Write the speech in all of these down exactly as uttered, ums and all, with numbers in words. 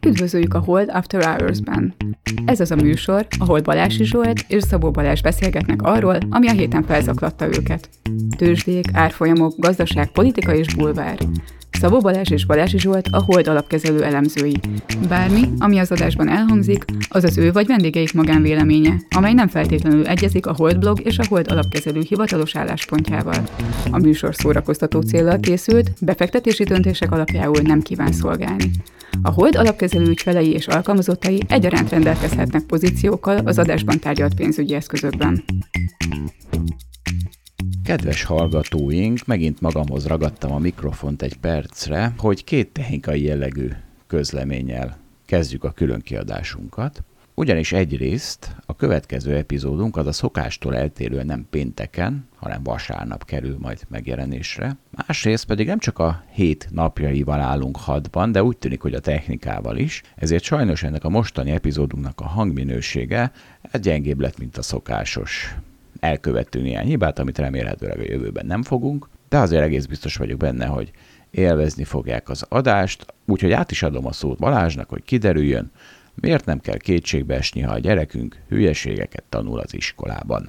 Üdvözöljük a Hold After Hours-ben! Ez az a műsor, ahol Balási Zsolt és Szabó Balázs beszélgetnek arról, ami a héten felzaklatta őket. Tőzsdék, árfolyamok, gazdaság, politika és bulvár. Szabó Balázs és Balási Zsolt a Hold alapkezelő elemzői. Bármi, ami az adásban elhangzik, az az ő vagy vendégeik magánvéleménye, amely nem feltétlenül egyezik a Hold blog és a Hold alapkezelő hivatalos álláspontjával. A műsor szórakoztató céllal készült, befektetési döntések alapjául nem kíván szolgálni. A Hold alapkezelő ügyfelei és alkalmazottai egyaránt rendelkezhetnek pozíciókkal az adásban tárgyalt pénzügyi eszközökben. Kedves hallgatóink, megint magamhoz ragadtam a mikrofont egy percre, hogy két technikai jellegű közleménnyel kezdjük a különkiadásunkat. Ugyanis egyrészt a következő epizódunk az a szokástól eltérően nem pénteken, hanem vasárnap kerül majd megjelenésre. Másrészt pedig nem csak a hét napjaival állunk hadban, de úgy tűnik, hogy a technikával is, ezért sajnos ennek a mostani epizódunknak a hangminősége gyengébb lett, mint a szokásos. Elkövettünk néhány hibát, amit remélhetőleg a jövőben nem fogunk, de azért egész biztos vagyok benne, hogy élvezni fogják az adást, úgyhogy át is adom a szót Balázsnak, hogy kiderüljön, miért nem kell kétségbe esni, ha a gyerekünk hülyeségeket tanul az iskolában.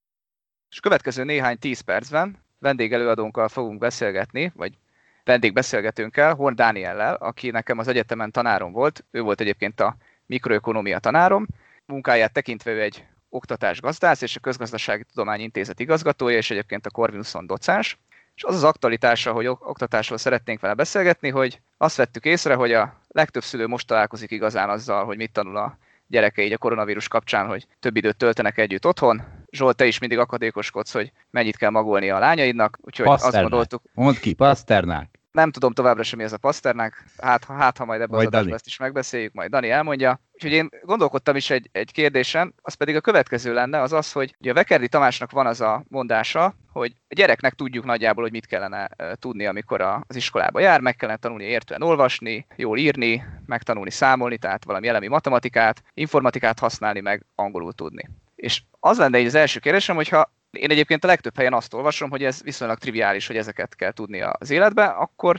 És következő néhány tíz percben vendégelőadónkkal fogunk beszélgetni, vagy vendégbeszélgetőnkkel, Horn Dániellel, aki nekem az egyetemen tanárom volt, ő volt egyébként a mikroökonómia tanárom, munkáját tekintve ő egy oktatásgazdász és a Közgazdasági Tudományi Intézet igazgatója, és egyébként a Corvinuson docens. És az az aktualitása, hogy oktatásról szeretnénk vele beszélgetni, hogy azt vettük észre, hogy a legtöbb szülő most találkozik igazán azzal, hogy mit tanul a gyereke így a koronavírus kapcsán, hogy több időt töltenek együtt otthon. Zsolt, te is mindig akadékoskodsz, hogy mennyit kell magolni a lányaidnak, úgyhogy Paszternák. Azt gondoltuk... Mondd ki, Paszternák. Nem tudom továbbra sem, mi ez a Paszternák, hát, hát ha majd ebben az adásban ezt is megbeszéljük, majd Dani elmondja. Úgyhogy én gondolkodtam is egy, egy kérdésen, az pedig a következő lenne, az az, hogy ugye a Vekerdi Tamásnak van az a mondása, hogy a gyereknek tudjuk nagyjából, hogy mit kellene tudni, amikor az iskolába jár, meg kellene tanulni értően olvasni, jól írni, megtanulni számolni, tehát valami elemi matematikát, informatikát használni, meg angolul tudni. És az lenne így az első kérdésem, hogyha én egyébként a legtöbb helyen azt olvasom, hogy ez viszonylag triviális, hogy ezeket kell tudni az életbe, akkor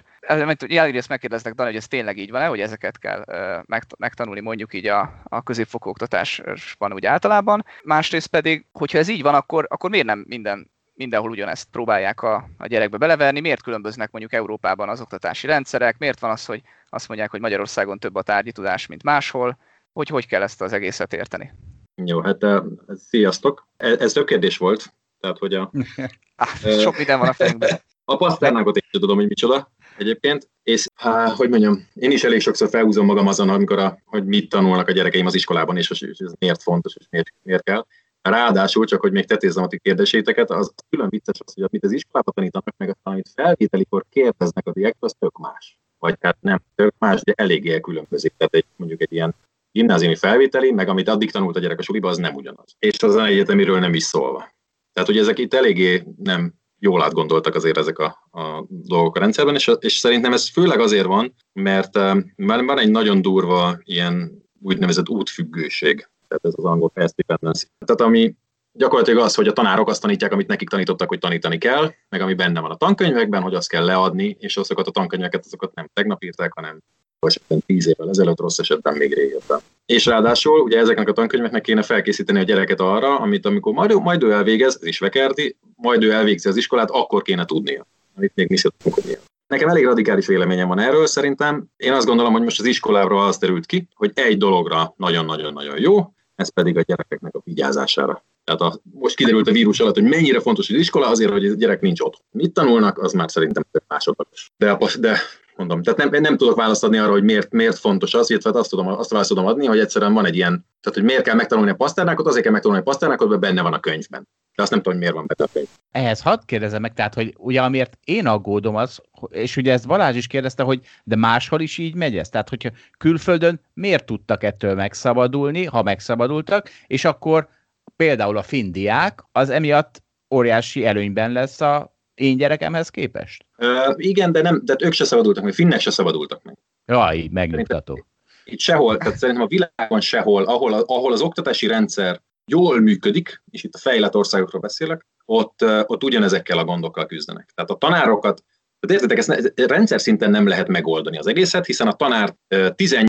ezt megkérdeznek, Dani, hogy ez tényleg így van-e, hogy ezeket kell megtanulni mondjuk így a, a középfokú oktatásban úgy általában. Másrészt pedig, hogyha ez így van, akkor, akkor miért nem minden, mindenhol ugyanezt próbálják a, a gyerekbe beleverni, miért különböznek mondjuk Európában az oktatási rendszerek, miért van az, hogy azt mondják, hogy Magyarországon több a tárgyi tudás, mint máshol, hogy hogy kell ezt az egészet érteni? Jó, hát uh, sziasztok. Ez, ez több kérdés volt. Tehát, hogy a... ah, sok minden van a fejünkben. A Paszternákot én sem tudom, hogy micsoda egyébként. És há, hogy mondjam, én is elég sokszor felhúzom magam azon, amikor a, hogy mit tanulnak a gyerekeim az iskolában, és, és ez miért fontos, és miért, miért kell. Ráadásul, csak hogy még tetézzem a ti kérdéséteket, az külön vicces az, hogy amit az iskolában tanítanak, meg aztán, amit felvételikor kérdeznek a diáktól, az tök más. Vagy hát nem tök más, de eléggé elkülönbözik. Tehát egy, mondjuk egy ilyen gimnáziumi felvételi, meg amit addig tanult a gyerek a suliba, az nem ugyanaz. És az egyetemiről nem is szólva. Tehát, hogy ezek itt eléggé nem jól átgondoltak azért ezek a, a dolgok a rendszerben, és, és szerintem ez főleg azért van, mert uh, van egy nagyon durva ilyen úgynevezett útfüggőség, tehát ez az angol path dependency. Tehát ami gyakorlatilag az, hogy a tanárok azt tanítják, amit nekik tanítottak, hogy tanítani kell, meg ami benne van a tankönyvekben, hogy azt kell leadni, és azokat a tankönyveket azokat nem tegnap írták, hanem esetben tíz évvel ezelőtt, rossz esetben még régebben. És ráadásul ugye ezeknek a tankönyveknek kéne felkészíteni a gyereket arra, amit amikor majd, majd ő elvégez, ez is Vekerdi, majd ő elvégzi az iskolát, akkor kéne tudnia. Amit még mi sem tudunk, hogy milyen. Nekem elég radikális véleményem van erről, szerintem én azt gondolom, hogy most az iskoláról az derült ki, hogy egy dologra nagyon-nagyon-nagyon jó, ez pedig a gyerekeknek a vigyázására. Tehát a, most kiderült a vírus alatt, hogy mennyire fontos az iskola, azért, hogy a gyerek nincs ott. Mit tanulnak, az már szerintem másodlagos. De, de mondom, tehát nem, nem tudok választ adni arra, hogy miért, miért fontos az, illetve azt, tudom, azt választ tudom adni, hogy egyszerűen van egy ilyen, tehát hogy miért kell megtanulni a Paszternákot, azért kell megtanulni a Paszternákot, mert benne van a könyvben. De azt nem tudom, hogy miért van benne a könyv. Ehhez hadd kérdezem meg, tehát, hogy ugye amiért én aggódom az, és ugye ezt Balázs is kérdezte, hogy de máshol is így megy ez? Tehát, hogyha külföldön miért tudtak ettől megszabadulni, ha megszabadultak, és akkor például a finn diák az emiatt óriási előnyben lesz a én gyerekemhez képest? Uh, igen, de nem, de ők se szabadultak meg, finnek se szabadultak meg. Jaj, megnyugtató. Itt sehol, tehát szerintem a világon sehol, ahol, ahol az oktatási rendszer jól működik, és itt a fejlett országokról beszélek, ott, ott ugyanezekkel a gondokkal küzdenek. Tehát a tanárokat, tehát értitek, ezt rendszer szinten nem lehet megoldani az egészet, hiszen a tanár tizennyolc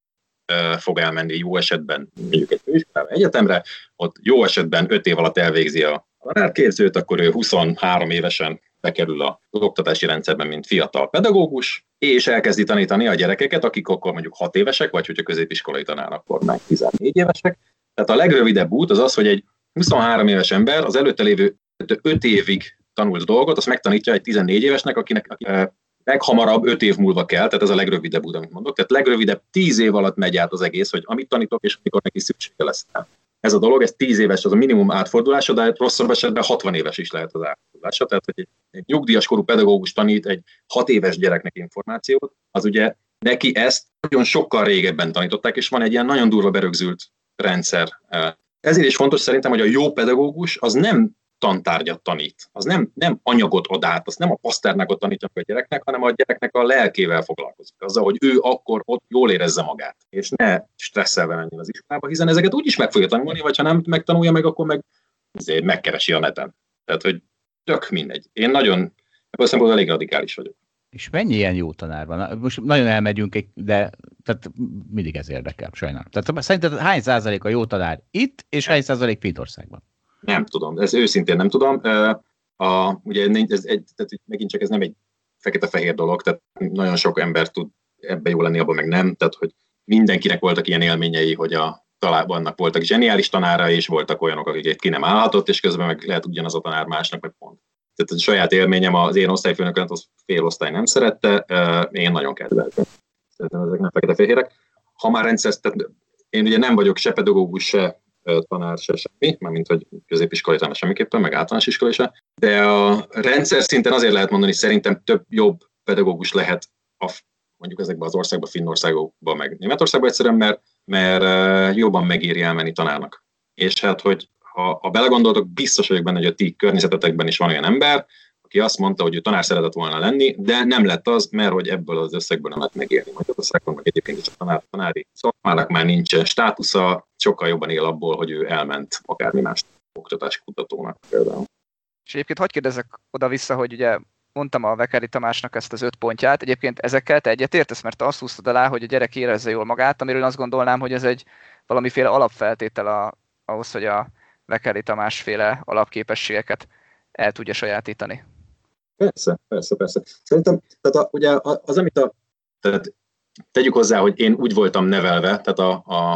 fog elmenni jó esetben mondjuk egy főiskolába, egyetemre, ott jó esetben öt év alatt elvégzi a tanárképzőt, akkor ő huszonhárom évesen bekerül az oktatási rendszerben, mint fiatal pedagógus, és elkezdi tanítani a gyerekeket, akik akkor mondjuk hat évesek, vagy hogyha középiskolai tanár, akkor meg tizennégy évesek. Tehát a legrövidebb út az az, hogy egy huszonhárom éves ember az előtte lévő öt évig tanult dolgot, azt megtanítja egy tizennégy évesnek, akinek aki leghamarabb öt év múlva kell, tehát ez a legrövidebb út, amit mondok. Tehát legrövidebb tíz év alatt megy át az egész, hogy amit tanítok, és amikor neki szüksége lesz. Ez a dolog, ez tíz éves, az a minimum átfordulása, de rosszabb esetben hatvan éves is lehet az átfordulása. Tehát, hogy egy, egy nyugdíjas korú pedagógus tanít egy hat éves gyereknek információt, az ugye neki ezt nagyon sokkal régebben tanították, és van egy ilyen nagyon durva berögzült rendszer. Ezért is fontos szerintem, hogy a jó pedagógus az nem tantárgyat tanít, az nem, nem anyagot ad át, az nem a Pasternákot tanítja a gyereknek, hanem a gyereknek a lelkével foglalkozik. Azzal, hogy ő akkor ott jól érezze magát, és ne stresszelve menjen az iskolába, hiszen ezeket úgyis meg fogja tanulni, vagy ha nem megtanulja meg, akkor meg azért megkeresi a neten. Tehát, hogy tök mindegy. Én nagyon, ebből szempontból elég radikális vagyok. És mennyi ilyen jó tanár van? Most nagyon elmegyünk, de tehát mindig ez érdekel, sajnálom. Tehát szerinted hány százalék a jó tanár itt, és hány százalék Finnországban? Nem tudom, ez őszintén nem tudom. A, ugye ez egy, tehát megint csak ez nem egy fekete-fehér dolog, tehát nagyon sok ember tud ebbe jó lenni, abban meg nem. Tehát, hogy mindenkinek voltak ilyen élményei, hogy a találbannak voltak zseniális tanára, és voltak olyanok, akiket ki nem állhatott, és közben meg lehet ugyanaz a tanár másnak, meg pont. Tehát a saját élményem az én osztályfőnökömet, az fél osztály nem szerette, én nagyon kedveltem. Szerintem ezek nem fekete-fehérek. Ha már rendszer, tehát én ugye nem vagyok se pedagógus, se tanár, se semmi, mármint hogy középiskolai tanár semmiképpen, meg általános iskolai se, de a rendszer szinten azért lehet mondani, hogy szerintem több jobb pedagógus lehet a, mondjuk ezekben az országban, Finnországokban, meg Németországban egyszerűen, mert, mert jobban megéri elmenni tanárnak. És hát, hogy ha, ha belegondoltok, biztos vagyok benne, hogy a ti környezetetekben is van olyan ember, aki azt mondta, hogy ő tanár szeretett volna lenni, de nem lett az, mert hogy ebből az összegből nem lehet megérni. Magyarországon meg egyébként is a tanár, tanári szakmának már nincs státusza, sokkal jobban él abból, hogy ő elment akármi más oktatási kutatónak például. És egyébként hadd kérdezek oda-vissza, hogy ugye mondtam a Vekeri Tamásnak ezt az öt pontját, egyébként ezekkel te egyetértesz, mert te azt húztad alá, hogy a gyerek érezze jól magát, amiről azt gondolnám, hogy ez egy valamiféle alapfeltétel a, ahhoz, hogy a Vekeri Tamás féle alapképességeket el tudja sajátítani. Persze, persze, persze. Szerintem, tehát a, ugye az, amit a, tehát tegyük hozzá, hogy én úgy voltam nevelve, tehát a, a,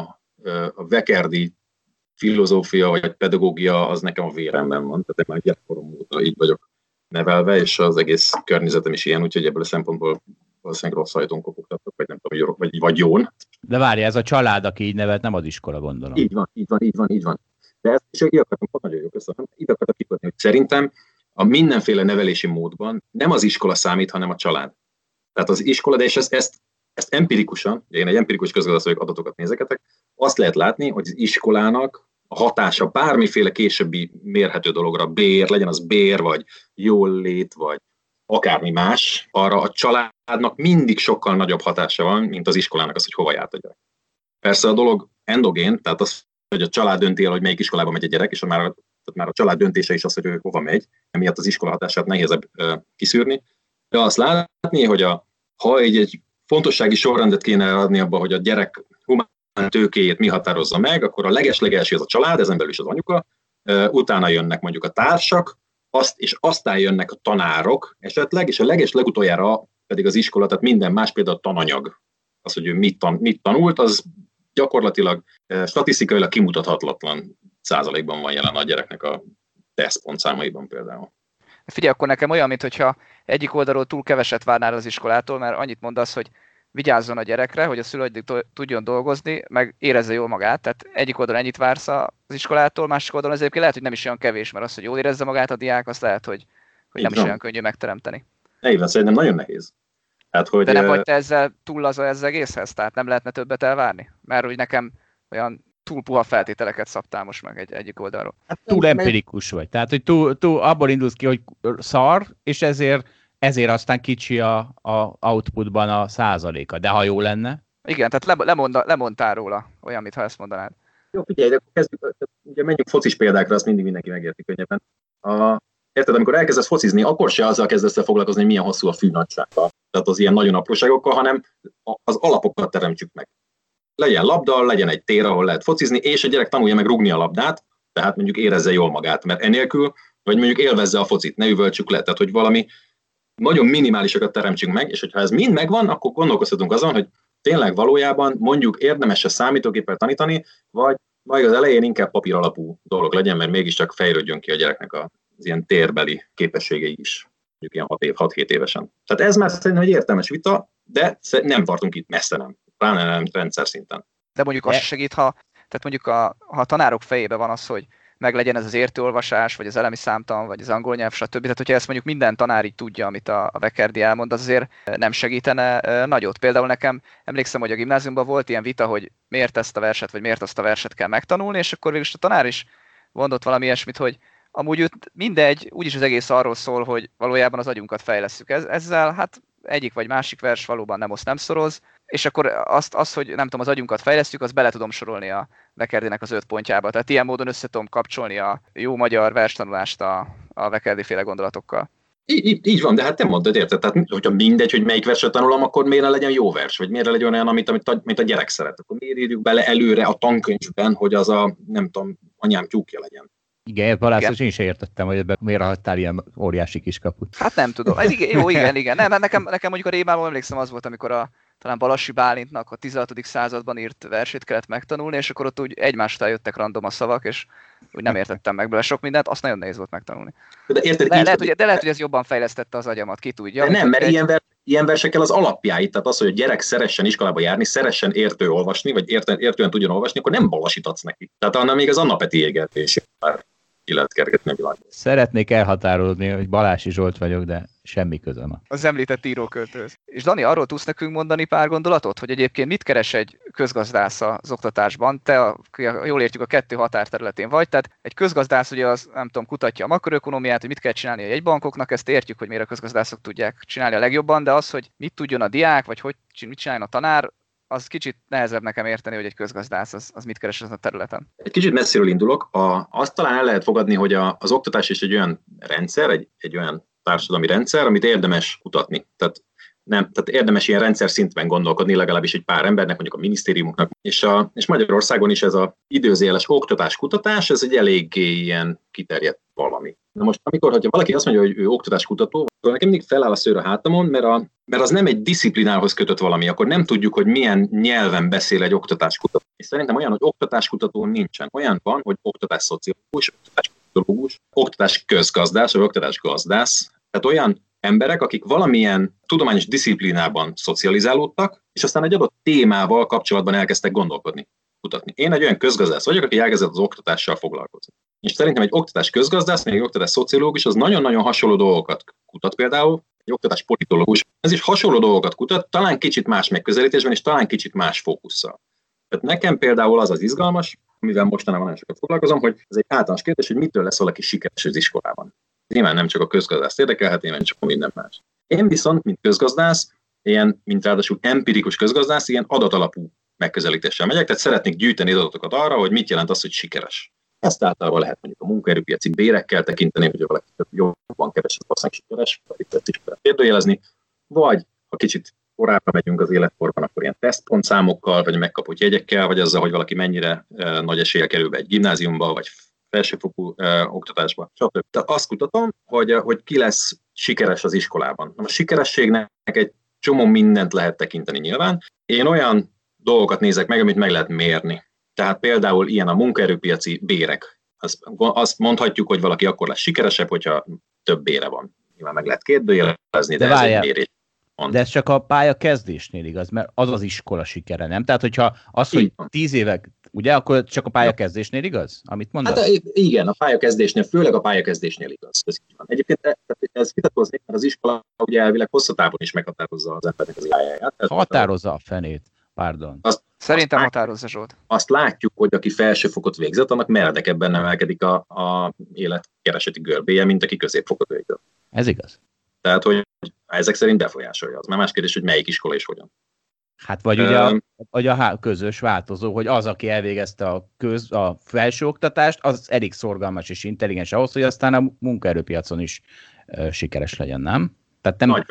a vekerdi filozófia vagy pedagógia az nekem a véremben van, tehát én már gyerekkorom óta így vagyok nevelve, és az egész környezetem is ilyen, úgyhogy ebből a szempontból valószínűleg rossz hajtón kopogtattok, vagy nem tudom, vagy, vagy jón. De várj, ez a család, aki így nevet, nem az iskola, gondolom. Így van, így van, így van, így van. De ezt is így akartam, nagyon jó, köszönöm. Így akartam kikötni, hogy szerintem a mindenféle nevelési módban nem az iskola számít, hanem a család. Tehát az iskola, de és ezt, ezt, ezt empirikusan, én egy empirikus közgazdász vagyok, adatokat nézeketek, azt lehet látni, hogy az iskolának a hatása bármiféle későbbi mérhető dologra, bér, legyen az bér, vagy jólét, vagy akármi más, arra a családnak mindig sokkal nagyobb hatása van, mint az iskolának az, hogy hova járt a gyerek. Persze a dolog endogén, tehát az, hogy a család dönti el, hogy melyik iskolába megy a gyerek, és már a, már a család döntése is az, hogy ő hova megy, emiatt az iskola hatását nehézebb uh, kiszűrni. De azt látni, hogy a, ha egy, egy fontossági sorrendet kéne adni abba, hogy a gyerek humán tőkéjét mi határozza meg, akkor a leges-legelső az a család, ezen belül is az anyuka, uh, utána jönnek mondjuk a társak, azt, és aztán jönnek a tanárok esetleg, és a leges legutoljára pedig az iskola, tehát minden más, például a tananyag. Az, hogy ő mit, tan, mit tanult, az gyakorlatilag statisztikailag kimutathatatlan százalékban van jelen a gyereknek a tesztpontszámaiban például. Figyelj, akkor nekem olyan, mintha egyik oldalról túl keveset várnál az iskolától, mert annyit mondasz, hogy vigyázzon a gyerekre, hogy a szülő tudjon dolgozni, meg érezze jól magát. Tehát egyik oldalon ennyit vársz az iskolától, másik oldalon azért lehet, hogy nem is olyan kevés, mert az, hogy jól érezze magát a diák, azt lehet, hogy, hogy nem is olyan könnyű megteremteni. Igen, szerintem nagyon nehéz. Hát, hogy de nem vagy te ezzel túl laza ez egészhez? Tehát nem lehetne többet elvárni? Mert hogy nekem olyan túl puha feltételeket szabtál most meg egy, egyik oldalról. Hát túl empirikus vagy. Tehát, hogy túl, túl abból indulsz ki, hogy szar, és ezért, ezért aztán kicsi a, a outputban a százaléka. De ha jó lenne? Igen, tehát le, lemond, lemondtál róla olyan, mintha ezt mondanád. Jó, figyelj, de kezdjük, ugye menjünk focis példákra, azt mindig mindenki megérti könnyebben. A, érted, amikor elkezdesz focizni, akkor se azzal kezdesz el foglalkozni, hogy milyen hosszú a fű nagysága. Tehát az ilyen nagyon apróságokkal, hanem az alapokat teremtjük meg. legyen labda, legyen egy tér, ahol lehet focizni, és a gyerek tanulja meg rugni a labdát, tehát mondjuk érezze jól magát, mert enélkül, vagy mondjuk élvezze a focit, ne üvöltsük le, tehát hogy valami nagyon minimálisokat teremtsünk meg, és hogyha ez mind megvan, akkor gondolkozhatunk azon, hogy tényleg valójában mondjuk érdemes-e számítógéppel tanítani, vagy majd az elején inkább papír alapú dolog legyen, mert mégiscsak fejlődjön ki a gyereknek az ilyen térbeli képességei is, mondjuk ilyen hat év, hat-hét évesen. Tehát ez már szerintem egy értelmes vita, de nem tartunk itt messze nem, pláne nem rendszer szinten. De mondjuk az segít, ha, tehát mondjuk a, ha a tanárok fejében van az, hogy meglegyen ez az értőolvasás, vagy az elemi számtan, vagy az angol nyelv, stb. Tehát, hogyha ezt mondjuk minden tanár így tudja, amit a, a Vekerdi elmond, az azért nem segítene nagyot. Például nekem emlékszem, hogy a gimnáziumban volt ilyen vita, hogy miért ezt a verset, vagy miért azt a verset kell megtanulni, és akkor végül a tanár is mondott valami ilyesmit, hogy amúgy mindegy, úgyis az egész arról szól, hogy valójában az agyunkat fejlesszük. Ezzel hát egyik vagy másik vers valóban nem oszt, nem szoroz, és akkor azt, azt, hogy nem tudom, az agyunkat fejlesztjük, azt bele tudom sorolni a Vekerdinek az öt pontjába. Tehát ilyen módon össze tudom kapcsolni a jó magyar verstanulást a, a Vekerdi féle gondolatokkal. Így, így, így van, de hát te mondtad, érted? Tehát, hogyha mindegy, hogy melyik verset tanulom, akkor miért legyen jó vers, vagy miért legyen olyan, amit, amit, a, amit a gyerek szeret. Akkor miért írjuk bele előre a tankönyvben, hogy az a, nem tudom, anyám tyúkja legyen. Igen, Balázs, én is értettem, hogy ebben miért hagytál ilyen óriási kiskaput. Hát nem tudom. Ez igen, jó, igen, igen. Nem, nekem, nekem mondjuk a Rémában emlékszem, az volt, amikor a talán Balassi Bálintnak a tizenhatodik században írt versét kellett megtanulni, és akkor ott úgy egymás után jöttek random a szavak, és úgy nem értettem meg bele sok mindent, azt nagyon nehéz volt megtanulni. De, érted, Le, lehet, hogy, de lehet, hogy ez jobban fejlesztette az agyamat, ki tudja. De nem, mert egy... ilyen, vers, ilyen versekkel az alapjáit, tehát az, hogy a gyerek szeressen iskolába járni, szeressen értő olvasni, vagy értő, értően tudjon olvasni, akkor nem balasítatsz neki. Tehát annál még az Anna Peti égetését már ki lehet kergetni a világban. Szeretnék elhatárolni, hogy Balási Zsolt vagyok, de semmi közöm. Az említett íróköltőhöz. És Dani, arról tudsz nekünk mondani pár gondolatot, hogy egyébként mit keres egy közgazdász az oktatásban? Te, a, jól értjük, a kettő határterületén vagy, tehát egy közgazdász ugye az, nem tudom, kutatja a makroökonomiát, hogy mit kell csinálni a jegybankoknak, ezt értjük, hogy miért a közgazdászok tudják csinálni a legjobban, de az, hogy mit tudjon a diák, vagy hogy mit csináljon a tanár, az kicsit nehezebb nekem érteni, hogy egy közgazdász az, az mit keres ezen a területen. Egy kicsit messziről indulok. A, azt talán el lehet fogadni, hogy a, az oktatás is egy olyan rendszer, egy, egy olyan társadalmi rendszer, amit érdemes kutatni. Tehát, nem, tehát érdemes ilyen rendszer szintben gondolkodni, legalábbis egy pár embernek, mondjuk a minisztériumoknak. És, a, és Magyarországon is ez az időzéles oktatáskutatás, ez egy eléggé ilyen kiterjedt valami. Na most, amikor hogyha valaki azt mondja, hogy ő oktatáskutató, akkor nekem mindig feláll a szőr a hátamon, mert, a, mert az nem egy diszciplinához kötött valami, akkor nem tudjuk, hogy milyen nyelven beszél egy oktatáskutató. És szerintem olyan, hogy oktatáskutató nincsen. Olyan van, hogy oktatásszociológus, oktatáspszichológus, oktatásközgazdász, vagy oktatásgazdász. Tehát olyan emberek, akik valamilyen tudományos disziplinában szocializálódtak, és aztán egy adott témával kapcsolatban elkezdtek gondolkodni, kutatni. Én egy olyan közgazdász vagyok, aki elkezdett az oktatással foglalkozni. És szerintem egy oktatás közgazdász, még egy oktatás szociológus, az nagyon-nagyon hasonló dolgokat kutat például, egy oktatás politológus, ez is hasonló dolgokat kutat, talán kicsit más megközelítésben, és talán kicsit más fókusszal. Tehát nekem például az az izgalmas, amivel mostanában nagyon sokat foglalkozom, hogy ez egy általános kérdés, hogy mitől lesz valaki sikeres az iskolában. Nyilván nem csak a közgazdászt érdekelhet, nyilván csak a minden más. Én viszont, mint közgazdász, ilyen, mint ráadásul empirikus közgazdász, ilyen adatalapú megközelítéssel megyek, tehát szeretnék gyűjteni adatokat arra, hogy mit jelent az, hogy sikeres. Ezt általában lehet mondjuk a munkaerőpiaci bérekkel tekinteni, hogy valaki jobban keveset használják sikeres, vagy ezt is lehet kérdőjelezni, vagy ha kicsit korábban megyünk az életkorban, akkor ilyen tesztpontszámokkal, vagy megkapott jegyekkel, vagy azzal, hogy valaki mennyire e, nagy eséllyel kerül be egy gimnáziumba, vagy felsőfokú e, oktatásba, stb. Tehát azt kutatom, hogy, hogy ki lesz sikeres az iskolában. A sikerességnek egy csomó mindent lehet tekinteni nyilván. Én olyan dolgokat nézek meg, amit meg lehet mérni. Tehát például ilyen a munkaerőpiaci bérek. Azt, azt mondhatjuk, hogy valaki akkor lesz sikeresebb, hogyha több bére van. Nyilván meg lehet kérdőjelezni, de, de ez egy mérés. De ez csak a pálya kezdésnél igaz, mert az az iskola sikere, nem? Tehát, hogyha az, hogy tíz évek, ugye, akkor csak a pályakezdésnél igaz, amit mondasz? Hát igen, a pályakezdésnél, főleg a pályakezdésnél igaz. Ez így van. Egyébként ez vitatkozik, mert az iskola ugye elvileg hosszú távon is meghatározza az embernek az irányáját. Határozza a fenét, pardon. Azt, Szerintem azt határozza, Zsolt. Azt látjuk, hogy aki felsőfokot végzett, annak meredekebben emelkedik a, a életkereseti görbéje, mint aki középfokot végzett. Ez igaz. Tehát, hogy ezek szerint befolyásolja. Az már más kérdés, hogy melyik iskola és hogyan. Hát vagy ugye a, vagy a közös változó, hogy az, aki elvégezte a, köz, a felsőoktatást, az elég szorgalmas és intelligens ahhoz, hogy aztán a munkaerőpiacon is uh, sikeres legyen, nem? Tehát nem... Nagy,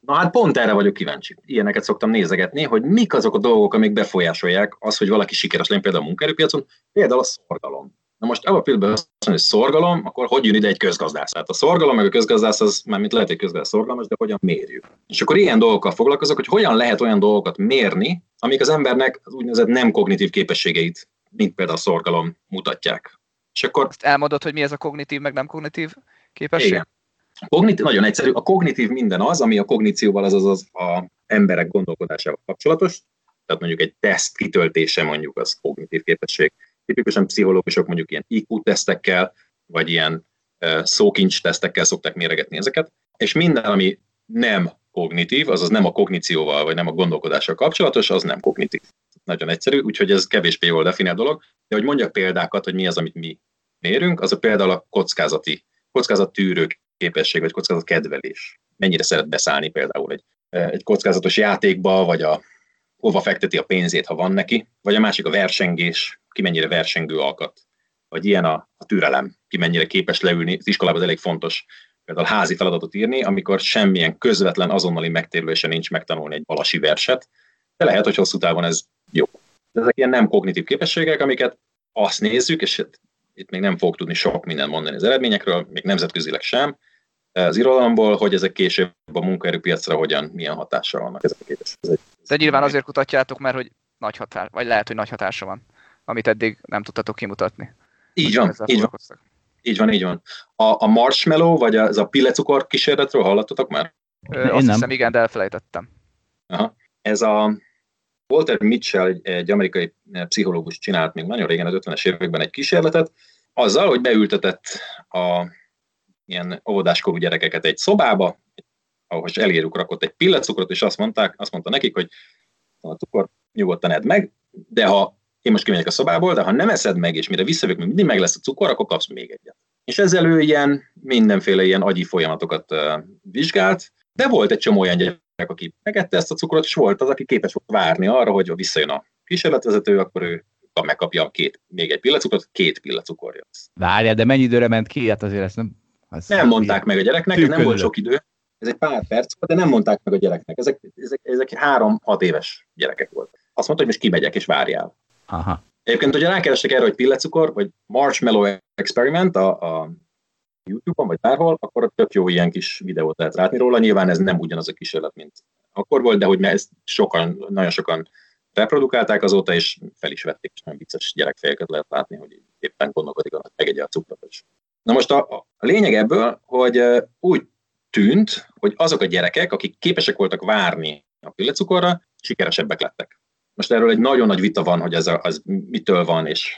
Na hát pont erre vagyok kíváncsi. Ilyeneket szoktam nézegetni, hogy mik azok a dolgok, amik befolyásolják az, hogy valaki sikeres legyen például a munkaerőpiacon, például a szorgalom. Na most ebben a pillanatban azt mondja, hogy szorgalom, akkor hogy jön ide egy közgazdász? Hát a szorgalom meg a közgazdász az, már mint lehet egy közgazdász szorgalmas, de hogyan mérjük? És akkor ilyen dolgokkal foglalkozok, hogy hogyan lehet olyan dolgokat mérni, amik az embernek az úgynevezett nem kognitív képességeit, mint például a szorgalom mutatják. És akkor... Azt elmondod, hogy mi ez a kognitív, meg nem kognitív képesség? Igen. A kognitív, nagyon egyszerű. A kognitív minden az, ami a kognícióval, azaz az a emberek gondolkodásával kapcsolatos. Tehát mondjuk egy teszt kitöltése mondjuk az kognitív képesség. Tipikusan pszichológusok mondjuk ilyen I Q-tesztekkel, vagy ilyen uh, szókincs-tesztekkel szokták méregetni ezeket. És minden, ami nem kognitív, azaz nem a kognícióval, vagy nem a gondolkodással kapcsolatos, az nem kognitív. Nagyon egyszerű, úgyhogy ez kevésbé jól definiált dolog. De hogy mondjak példákat, hogy mi az, amit mi mérünk, az a például a kockázati, kockázattűrő képesség, vagy kockázatkedvelés. Mennyire szeret beszállni például egy, egy kockázatos játékba, vagy a, hova fekteti a pénzét, ha van neki, vagy a másik a versengés, ki mennyire versengő alkat, vagy ilyen a, a türelem, ki mennyire képes leülni. Az iskolában az elég fontos például házi feladatot írni, amikor semmilyen közvetlen azonnali megtérülése nincs megtanulni egy balasi verset, de lehet, hogy hosszú távon ez jó. De ezek ilyen nem kognitív képességek, amiket azt nézzük, és itt még nem fogok tudni sok mindent mondani az eredményekről, még nemzetközileg sem, az irodalomból, hogy ezek később a munkaerőpiacra hogyan, milyen hatással vannak ezek a képességek. De nyilván azért kutatjátok, mert hogy nagy hatás, vagy lehet, hogy nagy hatása van, amit eddig nem tudtatok kimutatni. Így van, így van. Így van, így van. A, a marshmallow, vagy ez a pillecukor kísérletről hallattatok már? Ö, azt nem. hiszem, igen, de elfelejtettem. Aha. Ez a Walter Mitchell, egy, egy amerikai pszichológus csinált még nagyon régen, az ötvenes években egy kísérletet, azzal, hogy beültetett a ilyen óvodáskorú gyerekeket egy szobába, ahol eléjük rakott egy pillecukrot, és azt mondták, azt mondta nekik, hogy a cukor nyugodtan edd meg, de ha én most kimegyek a szobából, de ha nem eszed meg, és mire visszavök, még mindig meg lesz a cukor, akkor kapsz még egyet. És ezzel ő ilyen mindenféle ilyen agyi folyamatokat uh, vizsgált, de volt egy csomó olyan gyerek, aki megette ezt a cukrot, és volt az, aki képes volt várni arra, hogy visszajön a kísérletvezető, akkor ő megkapja két, még egy pillacukrot, két pillacukor jössz. Várjál, de mennyi időre ment ki? Hát azért ezt nem... Az nem mondták meg a gyereknek, ez nem volt sok idő, ez egy pár perc, de nem mondták meg a gyereknek. Ezek, ezek, ezek három-hat éves gyerekek voltak. Azt mondta, hogy most kimegyek és várjál. Aha. Egyébként, hogyha rákerestek erre, hogy pillecukor, vagy marshmallow experiment a, a YouTube-on, vagy bárhol, akkor tök jó ilyen kis videót lehet látni róla. Nyilván ez nem ugyanaz a kísérlet, mint akkor volt, de hogy ezt sokan, nagyon sokan reprodukálták azóta, és fel is vették, és nagyon vicces gyerekfejeket lehet látni, hogy éppen gondolkodik, hogy megegye a cukrot is. Na most a, a lényeg ebből, hogy úgy tűnt, hogy azok a gyerekek, akik képesek voltak várni a pillecukorra, sikeresebbek lettek. Most erről egy nagyon nagy vita van, hogy ez a, az mitől van, és,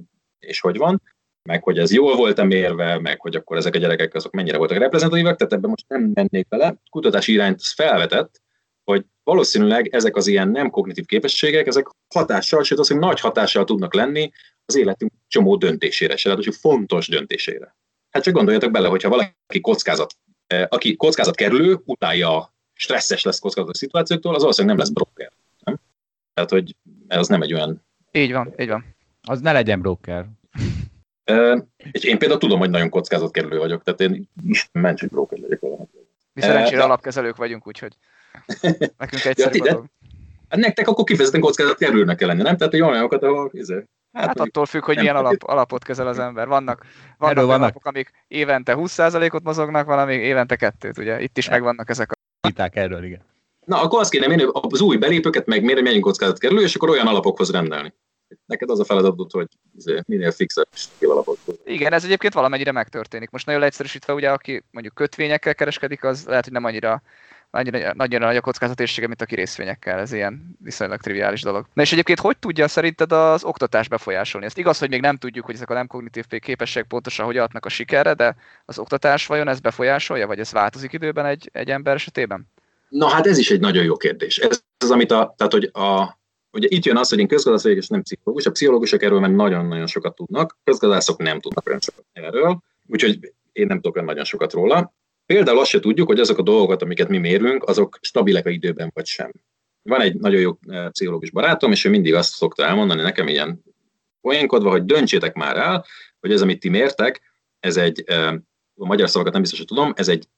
és hogy van, meg hogy ez jól volt-e mérve, meg hogy akkor ezek a gyerekek azok mennyire voltak reprezentatívak, tehát ebben most nem mennék bele. Kutatási irányt felvetett, hogy valószínűleg ezek az ilyen nem kognitív képességek, ezek hatással, sőt az, hogy nagy hatással tudnak lenni az életünk csomó döntésére, és ráadásul fontos döntésére. Hát csak gondoljatok bele, hogyha valaki kockázat, aki kockázat kerülő, utálja, stresszes lesz kockázatos szituációktól, az valószínűleg nem lesz broker. Nem? Tehát, hogy ez nem egy olyan... Így van, így van. Az ne legyen broker. Uh, és én például tudom, hogy nagyon kockázatkerülő vagyok, tehát én is ments, hogy broker legyek valamit. Mi szerencsére uh, alapkezelők vagyunk, úgyhogy nekünk egyszerű dolog. Hát nektek akkor kifejezetten kockázatkerülőnek kell lenni, nem? Tehát hogy olyanokat, ahol... Hát, hát attól függ, hogy milyen alap, alapot kezel az ember. Vannak, vannak, vannak alapok, amik évente húsz százalékot mozognak, valami évente kettőt, ugye? Itt is ja. megvannak ezek a... Viták erről, igen. Na, akkor azt kéne mérni, az új belépőket megmérni, milyen kockázatkerülő, és akkor olyan alapokhoz rendelni. Neked az a feladatod, hogy minél fixebb stabil alapokhoz. Igen, ez egyébként valamennyire megtörténik. Most nagyon leegyszerűsítve, ugye, aki mondjuk kötvényekkel kereskedik, az lehet, hogy nem annyira annyira nagyon nagy a kockázatérsége, mint aki részvényekkel. Ez ilyen viszonylag triviális dolog. Na és egyébként hogy tudja szerinted az oktatás befolyásolni? Ezt igaz, hogy még nem tudjuk, hogy ezek a nem kognitív képességek pontosan hogy adnak a sikerre, de az oktatás vajon ez befolyásolja, vagy ez változik időben egy, egy ember esetében? Na hát ez is egy nagyon jó kérdés. Ez az, amit a, tehát, hogy a, ugye itt jön az, hogy én közgazdász vagyok, és nem pszichológus. A pszichológusok erről már nagyon-nagyon sokat tudnak, közgazdászok nem tudnak olyan sokat erről, úgyhogy én nem tudok olyan nagyon sokat róla. Például azt se tudjuk, hogy azok a dolgokat, amiket mi mérünk, azok stabilek a időben, vagy sem. Van egy nagyon jó pszichológus barátom, és ő mindig azt szokta elmondani nekem ilyen poénkodva, hogy döntsétek már el, hogy ez, amit ti mértek, ez egy, a magyar szavakat nem biztos, hogy tudom, ez egy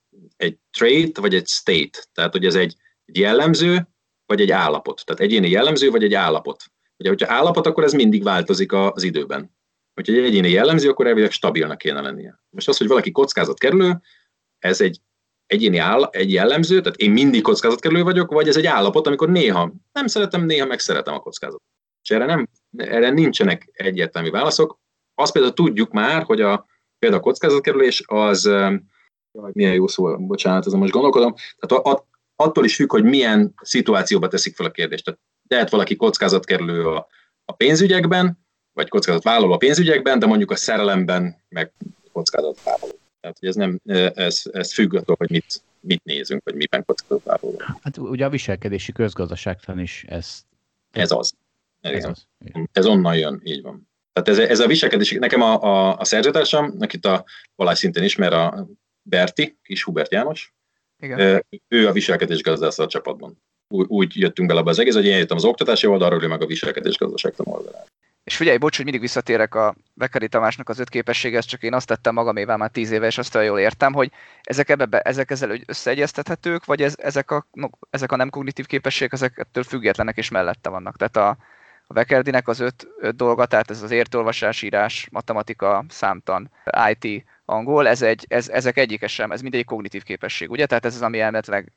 egy trait, vagy egy state. Tehát, hogy ez egy, egy jellemző, vagy egy állapot. Tehát egyéni jellemző, vagy egy állapot. Ugye, hogyha állapot, akkor ez mindig változik az időben. Hogyha egy egyéni jellemző, akkor elvileg stabilnak kéne lennie. Most az, hogy valaki kockázatkerülő, ez egy egyéni áll, egy jellemző, tehát én mindig kockázatkerülő vagyok, vagy ez egy állapot, amikor néha nem szeretem, néha meg szeretem a kockázatot. És erre, nem, erre nincsenek egyértelmű válaszok. Azt például tudjuk már, hogy a, például a kockázatkerülés az, jaj, milyen jó szó, bocsánat, azon most gondolkodom, tehát a, a, attól is függ, hogy milyen szituációba teszik fel a kérdést. Tehát lehet valaki kockázatkerülő a, a pénzügyekben, vagy kockázatvállaló a pénzügyekben, de mondjuk a szerelemben meg kockázatvállaló. Tehát, hogy ez nem, ez, ez függ attól, hogy mit, mit nézünk, vagy miben kockázatvállaló. Hát ugye a viselkedési közgazdaságtan is ez... Ez az. Ez, az. ez onnan jön, így van. Tehát ez, ez a viselkedési, nekem a, a, a szerzőtársam, akit a Balázs szintén ismer, a Berti, Kis Hubert János, igen. Ő a viselkedés gazdász a csapatban. Úgy, úgy jöttünk bele az egész, hogy én jöttem az oktatási oldalról, ő meg a viselkedés gazdaságtan oldalán. És figyelj, bocs, hogy mindig visszatérek a Vekeri Tamásnak az öt képességhez, csak én azt tettem magamévá már tíz éve, és azt jól értem, hogy ezek, ebbe, ezek ezzel összeegyeztethetők, vagy ez, ezek, a, no, ezek a nem kognitív képességek, ezek ettől függetlenek és mellette vannak. Tehát a, a Vekerdinek az öt, öt dolga, tehát ez az értolvasás, írás, matematika, számtan, i té, angol, ez egy, ez, ezek egyike sem, ez mindegyik kognitív képesség, ugye? Tehát ez az, ami elméletileg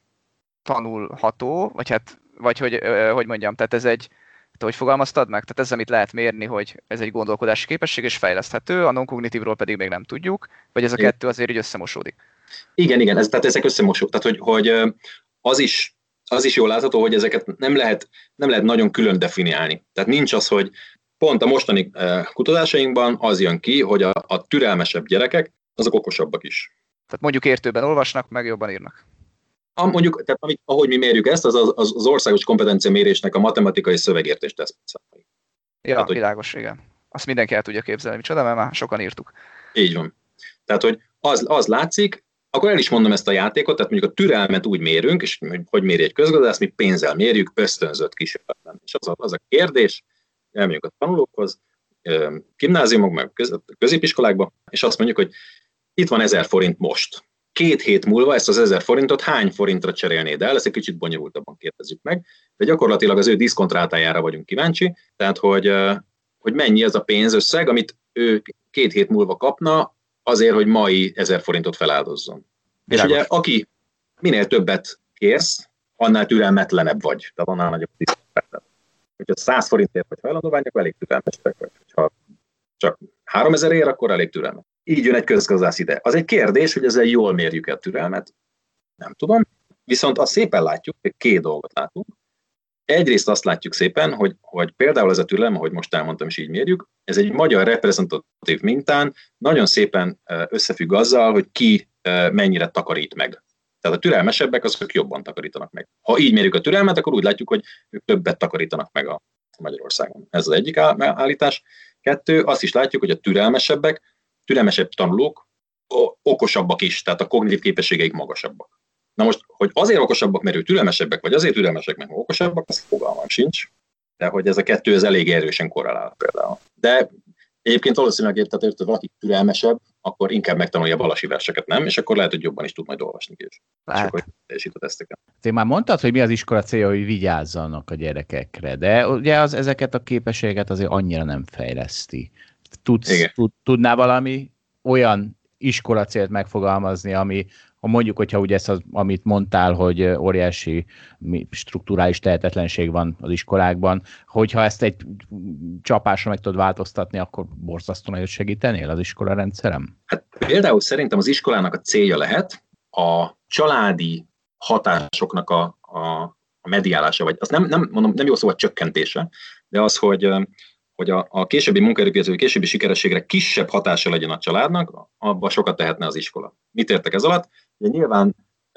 tanulható, vagy hát, vagy hogy, hogy mondjam, tehát ez egy, te hogy fogalmaztad meg? Tehát ez, amit lehet mérni, hogy ez egy gondolkodási képesség, és fejleszthető, a non-kognitívról pedig még nem tudjuk, vagy ez a kettő azért így összemosódik? Igen, igen, ez, tehát ezek összemosók. Tehát, hogy, hogy az, is, az is jól látható, hogy ezeket nem lehet, nem lehet nagyon külön definiálni. Tehát nincs az, hogy pont a mostani kutatásainkban az jön ki, hogy a, a türelmesebb gyerekek, azok okosabbak is. Tehát mondjuk értőben olvasnak, meg jobban írnak. A, mondjuk, tehát amit, ahogy mi mérjük ezt, az az, az országos kompetencia mérésnek a matematikai szövegértés tesztszámai. Ja, tehát, világos, hogy... igen. Azt mindenki el tudja képzelni, micsoda, mert már sokan írtuk. Így van. Tehát, hogy az, az látszik, akkor el is mondom ezt a játékot, tehát mondjuk a türelmet úgy mérünk, és hogy méri egy közgazdász, mi pénzzel mérjük, ösztönzött kísérletben. És az a, az a kérdés, elmegyünk a tanulókhoz, gimnáziumok, meg középiskolákba, és azt mondjuk, hogy itt van ezer forint most. Két hét múlva ezt az ezer forintot hány forintra cserélnéd el? Ezt egy kicsit bonyolultabban kérdezzük meg, de gyakorlatilag az ő diszkontrátájára vagyunk kíváncsi, tehát hogy, hogy mennyi az a pénzösszeg, amit ő két hét múlva kapna azért, hogy mai ezer forintot feláldozzon. Világos. És ugye aki minél többet kérsz, annál türelmetlenebb vagy, tehát annál nagyobb diszkontrátát. Hogyha száz forintért vagy hajlandó válni, akkor elég türelmesek vagy. Ha csak háromezer ér, akkor elég türelmet. Így jön egy közgazdász ide. Az egy kérdés, hogy ezzel jól mérjük a türelmet. Nem tudom. Viszont azt szépen látjuk, hogy két dolgot látunk. Egyrészt azt látjuk szépen, hogy, hogy például ez a türelem, ahogy most elmondtam, és így mérjük, ez egy magyar reprezentatív mintán nagyon szépen összefügg azzal, hogy ki mennyire takarít meg. Tehát a türelmesebbek azok jobban takarítanak meg. Ha így mérjük a türelmet, akkor úgy látjuk, hogy ők többet takarítanak meg a Magyarországon. Ez az egyik állítás. Kettő, azt is látjuk, hogy a türelmesebbek, türelmesebb tanulók okosabbak is, tehát a kognitív képességeik magasabbak. Na most, hogy azért okosabbak, mert ők türelmesebbek, vagy azért türelmesek, mert okosabbak, az fogalmam sincs, de hogy ez a kettő ez elég erősen korrelál például. De egyébként valószínűleg érted, hogy valaki türelmesebb, akkor inkább megtanulja a balasi verseket, nem? És akkor lehet, hogy jobban is tud majd olvasni is. És akkor teljesít a teszteken. Te már mondtad, hogy mi az iskola célja, hogy vigyázzanak a gyerekekre, de ugye az, ezeket a képességeket azért annyira nem fejleszti. Tudsz, tud, tudnál valami olyan iskola célt megfogalmazni, ami, ha mondjuk, hogyha ugye ezt az, amit mondtál, hogy óriási strukturális tehetetlenség van az iskolákban, hogyha ezt egy csapásra meg tudod változtatni, akkor borzasztó nagyot segítenél az iskola rendszerem? Hát például szerintem az iskolának a célja lehet a családi hatásoknak a, a, a mediálása, vagy az nem, nem, mondom, nem jó szó a csökkentése, de az, hogy hogy a, a későbbi munkaerőpiacra, vagy későbbi sikerességre kisebb hatása legyen a családnak, abban sokat tehetne az iskola. Mit értek ez alatt? Ugye nyilván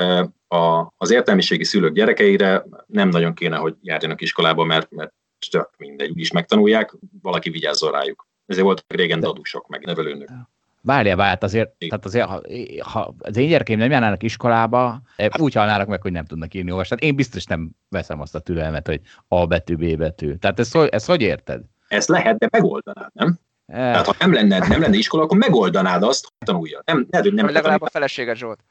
a, az értelmiségi szülők gyerekeire nem nagyon kéne, hogy járjanak iskolába, mert, mert csak mindegy, úgyis megtanulják, valaki vigyázzon rájuk. Ezért voltak régen dadusok, meg nevelőnök. Várjál, vált azért, tehát azért, ha, ha az én gyerekeim nem járnának iskolába, úgy halnának meg, hogy nem tudnak írni, olvasni. Tehát én biztos nem veszem azt a türelmet, hogy A betű, B betű. Tehát ezt, ezt hogy érted? Ezt lehet, de megoldanád, nem? E... Tehát ha nem lenne, nem lenne iskola, akkor megoldanád azt, hogy tanulja. Nem, nem, nem legalább a feleséget, Zsolt.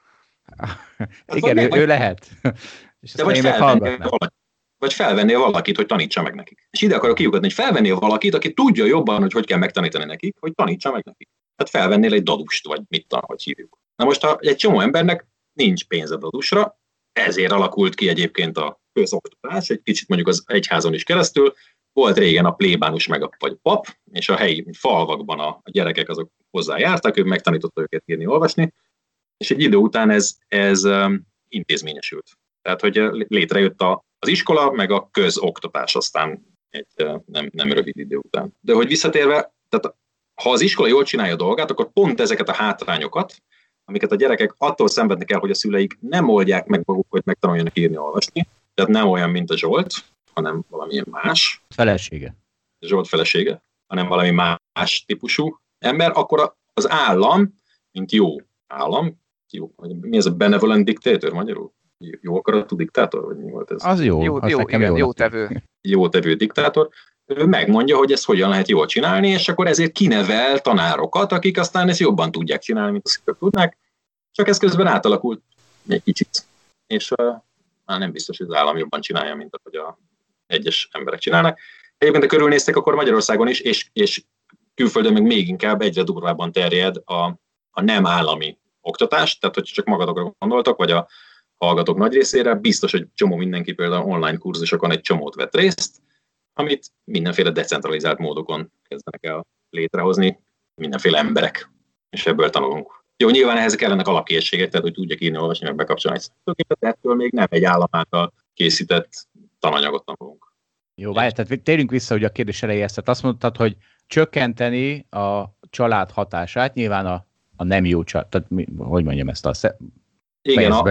Igen, ő, ő lehet. És de vagy felvennél, valaki, vagy felvennél valakit, hogy tanítsa meg nekik. És ide akarok kiukadni, hogy felvennél valakit, aki tudja jobban, hogy hogy kell megtanítani nekik, hogy tanítsa meg nekik. Tehát felvennél egy dadust, vagy mit tan, hogy hívjuk. Na most ha egy csomó embernek nincs pénze dadusra, ezért alakult ki egyébként a közoktatás, egy kicsit mondjuk az egyházon is keresztül. Volt régen a plébánus meg a vagy pap, és a helyi falvakban a, a gyerekek azok hozzájártak, ők megtanította őket írni, olvasni, és egy idő után ez, ez um, intézményesült. Tehát, hogy létrejött a, az iskola, meg a közoktatás aztán egy uh, nem, nem rövid idő után. De hogy visszatérve, tehát ha az iskola jól csinálja a dolgát, akkor pont ezeket a hátrányokat, amiket a gyerekek attól szenvednek el, hogy a szüleik nem oldják meg maguk, hogy megtanuljanak írni, olvasni. Tehát nem olyan, mint a Zsolt, hanem valamilyen más. Felesége. Zsolt felesége, hanem valami más típusú ember, akkor az állam, mint jó állam, jó, mi ez a benevolent dictator magyarul? Jó akaratú diktátor, vagy mi volt ez? Az jó. Jó, az jó, igen, jó tevő. Jó tevő diktátor. Ő megmondja, hogy ezt hogyan lehet jól csinálni, és akkor ezért kinevel tanárokat, akik aztán ezt jobban tudják csinálni, mint a szülők tudnák. Csak ez közben átalakult egy kicsit. És uh, már nem biztos, hogy az állam jobban csinálja, mint ahogy a egyes emberek csinálnak. Egyébként, ha körülnéztek, akkor Magyarországon is, és, és külföldön meg még inkább egyre durvábban terjed a, a nem állami oktatás, tehát hogy csak magatokra gondoltok, vagy a hallgatók nagy részére, biztos, hogy csomó mindenki például online kurzusokon egy csomót vett részt, amit mindenféle decentralizált módokon kezdenek el létrehozni mindenféle emberek, és ebből tanulunk. Jó, nyilván ehhez kellenek alapkészségek, tehát hogy tudjak írni, olvasni, meg bekapcsolni egy számítógépet, ettől még nem egy állam által készített tananyagot tanulunk. Jó, várj, tehát térjünk vissza, hogy a kérdés elejéhez, tehát azt mondtad, hogy csökkenteni a család hatását, nyilván a, a nem jó család, tehát mi, hogy mondjam ezt a... Sze... Igen, a,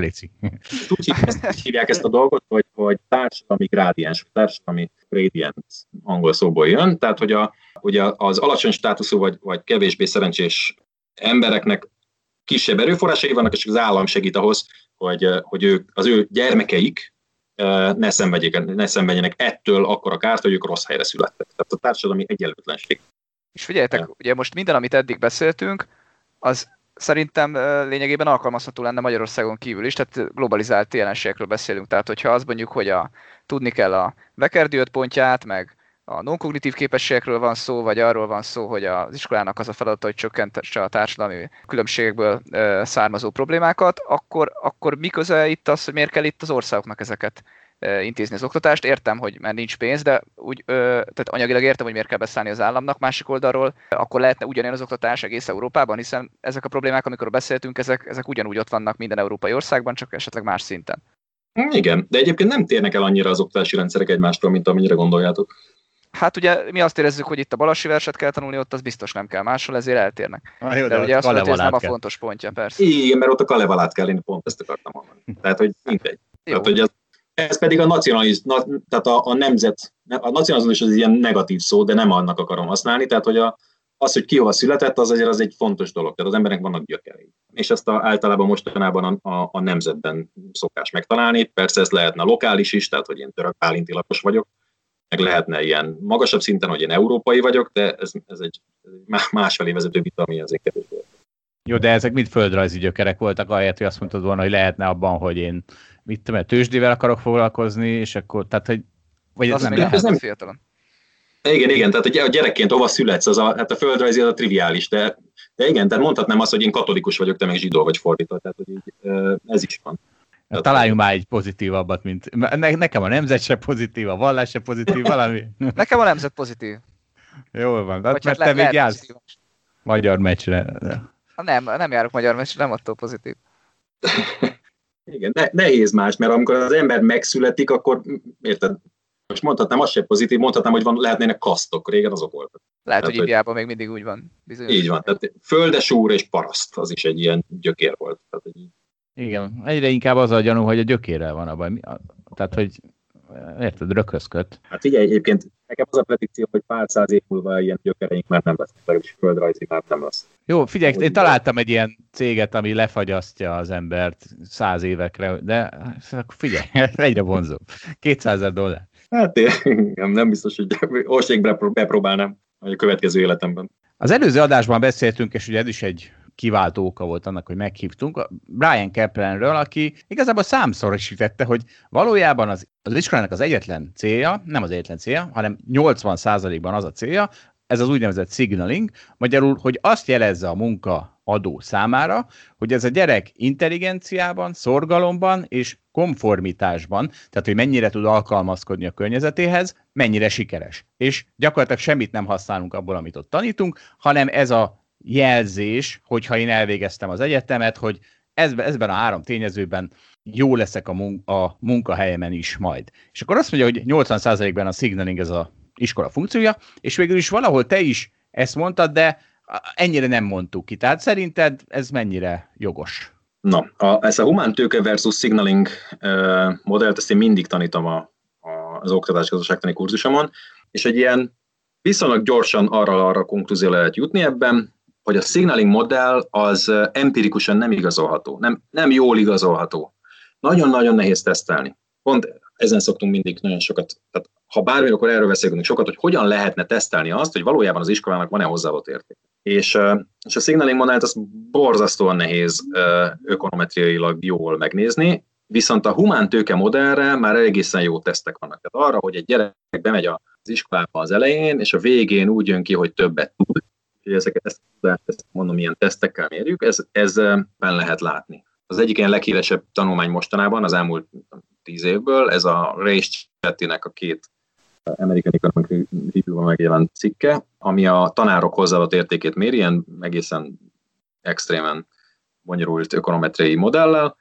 úgy hívják ezt a dolgot, hogy, hogy társadalmi grádiens, társadalmi gradient angol szóból jön, tehát hogy, a, hogy az alacsony státuszú vagy, vagy kevésbé szerencsés embereknek kisebb erőforrásai vannak, és az állam segít ahhoz, hogy, hogy ők, az ő gyermekeik ne, ne szenvedjenek ettől akkora kárt, hogy ők rossz helyre születtek. Tehát a társadalmi egyenlőtlenség. És figyeljetek, ja. Ugye most minden, amit eddig beszéltünk, az szerintem lényegében alkalmazható lenne Magyarországon kívül is, tehát globalizált jelenségekről beszélünk. Tehát, hogyha azt mondjuk, hogy a, tudni kell a Vekerdi öt pontját, meg a non-kognitív képességekről van szó, vagy arról van szó, hogy az iskolának az a feladata, hogy csökkentse a társadalmi különbségekből származó problémákat, akkor, akkor mi köze itt az, hogy miért kell itt az országoknak ezeket intézni az oktatást? Értem, hogy már nincs pénz, de úgy, ö, tehát anyagilag értem, hogy miért kell beszállni az államnak, másik oldalról akkor lehetne ugyanilyen az oktatás egész Európában, hiszen ezek a problémák, amikor beszéltünk, ezek, ezek ugyanúgy ott vannak minden európai országban, csak esetleg más szinten. Igen, de egyébként nem térnek el annyira az oktatási rendszerek egymástól, mint amennyire gondoljátok. Hát ugye mi azt érezzük, hogy itt a balassi verset kell tanulni, ott az biztos nem kell máshol, ezért eltérnek. Ah, jó, de, de ugye azt mondja, hogy ez nem kell. A fontos pontja, persze. Igen, mert ott a Kalevalát kell, én pont ezt akartam mondani. Tehát, hogy mindegy. Tehát, hogy ez, ez pedig a nacionalizmus, na, tehát a, a nemzet, a nacionalizmus az ilyen negatív szó, de nem annak akarom használni, tehát hogy a, az, hogy ki hova született, az azért az egy fontos dolog. Tehát az embernek vannak gyökerei. És ezt a, általában mostanában a, a, a nemzetben szokás megtalálni. Persze ez lehetne lokális is, tehát hogy én török bálinti lakos vagyok, meg lehetne ilyen magasabb szinten, hogy én európai vagyok, de ez, ez egy másfelé vezető vita, ami azért kevésbé. Jó, de ezek mind földrajzi gyökerek voltak, ahelyett, hogy azt mondtad volna, hogy lehetne abban, hogy én mit tudom, tőzsdével akarok foglalkozni, és akkor, tehát, hogy... Vagy ez, az nem, még lehet, nem fiatalon. Igen, igen, tehát a gyerekként hova születsz, az a, hát a földrajzi az a triviális, de, de igen, tehát mondhatnám azt, hogy én katolikus vagyok, te meg zsidó vagy fordítva, tehát hogy így, ez is van. Tehát, találjunk már egy pozitívabbat, mint... Ne, nekem a nemzet se pozitív, a vallás se pozitív, valami. Nekem a nemzet pozitív. Jól van, Vagy mert hát te le, még jársz pozitív. Magyar meccsre. Ha nem, nem járok magyar meccsre, nem attól pozitív. Igen, ne, nehéz más, mert amikor az ember megszületik, akkor érted, most mondhatnám, az sem pozitív, mondhatnám, hogy van, lehetnének kasztok, régen azok voltak. Lehet, tehát, hogy Indiában még mindig úgy van. Bizonyos. Így van, tehát földesúr és paraszt, az is egy ilyen gyökér volt. Tehát, hogy... Igen, egyre inkább az a gyanú, hogy a gyökérrel van a baj. Tehát, hogy érted, rököszköt. Hát figyelj, egyébként nekem az a predikció, hogy pár száz év múlva ilyen gyökereink már nem lesznek, legalábbis földrajzi már nem lesz. Jó, figyelj, én találtam egy ilyen céget, ami lefagyasztja az embert száz évekre, de figyelj, egyre vonzóbb. kétszázezer dollár. Hát én nem biztos, hogy most még bepróbálnám a következő életemben. Az előző adásban beszéltünk, és ugye ez is egy kiváltó oka volt annak, hogy meghívtunk, Brian Kaplanről, aki igazából számszorosítette, hogy valójában az, az iskolának az egyetlen célja, nem az egyetlen célja, hanem nyolcvan százalékban az a célja, ez az úgynevezett signaling, magyarul, hogy azt jelezze a munkaadó számára, hogy ez a gyerek intelligenciában, szorgalomban és konformitásban, tehát hogy mennyire tud alkalmazkodni a környezetéhez, mennyire sikeres. És gyakorlatilag semmit nem használunk abból, amit ott tanítunk, hanem ez a jelzés, hogyha én elvégeztem az egyetemet, hogy ezben, ezben a három tényezőben jó leszek a, mun- a munkahelyemen is majd. És akkor azt mondja, hogy nyolcvan százalékban a signaling ez a iskola funkciója, és végül is valahol te is ezt mondtad, de ennyire nem mondtuk ki. Tehát szerinted ez mennyire jogos? Na, a, ez a humán tőke versus signaling uh, modellt, ezt én mindig tanítom a, a, az oktatás gazdaságtani kurzusomon, és egy ilyen viszonylag gyorsan arra, arra konklúzióra lehet jutni ebben, hogy a signaling modell az empirikusan nem igazolható, nem, nem jól igazolható. Nagyon-nagyon nehéz tesztelni. Pont ezen szoktunk mindig nagyon sokat, tehát ha bármi, akkor erről beszélünk sokat, hogy hogyan lehetne tesztelni azt, hogy valójában az iskolának van-e hozzáadott érték. És, és a signaling modellt az borzasztóan nehéz ökonometriailag jól megnézni, viszont a humán tőke modellre már egészen jó tesztek vannak. Tehát arra, hogy egy gyerek bemegy az iskolába az elején, és a végén úgy jön ki, hogy többet tud, hogy ezeket, ezt, ezt mondom, ilyen tesztekkel mérjük, ez, ez ben lehet látni. Az egyik ilyen leghíresebb tanulmány mostanában, az elmúlt tíz évből, ez a Ray Chettynek a két American Economic Review-ban megjelent cikke, ami a tanárok hozzáadott értékét méri, ilyen egészen extrémen bonyolult ökonometriai modellel,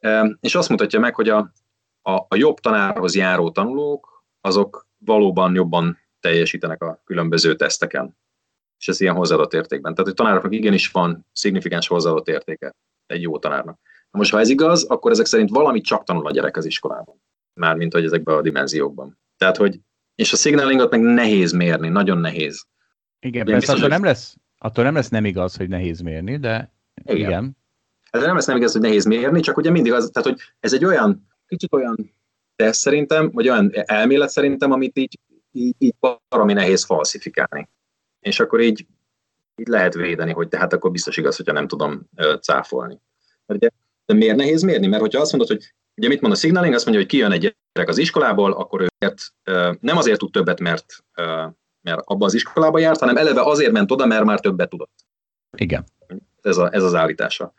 és azt mutatja meg, hogy a, a, a jobb tanárhoz járó tanulók, azok valóban jobban teljesítenek a különböző teszteken, és ez ilyen hozzáadott értékben. Tehát, hogy tanároknak igenis van szignifikáns hozzáadott értéke egy jó tanárnak. Na most, ha ez igaz, akkor ezek szerint valamit csak tanul a gyerek az iskolában. Mármint, hogy ezekben a dimenziókban. Tehát, hogy, és a signalingot meg nehéz mérni, nagyon nehéz. Igen, persze biztos, attól, nem lesz, attól nem lesz nem igaz, hogy nehéz mérni, de igen. igen. Ez nem lesz nem igaz, hogy nehéz mérni, csak ugye mindig az, tehát, hogy ez egy olyan, kicsit olyan teszt szerintem, vagy olyan elmélet szerintem, amit így, így, így valami nehéz falsifikálni. És akkor így, így lehet védeni, hogy tehát akkor biztos igaz, hogyha nem tudom uh, cáfolni. Ugye, de miért nehéz mérni? Mert hogyha azt mondod, hogy ugye mit mond a signaling, azt mondja, hogy kijön egy gyerek az iskolából, akkor ő uh, nem azért tud többet, mert, uh, mert abba az iskolába járt, hanem eleve azért ment oda, mert már többet tudott. Igen. Ez, a, ez az állítása.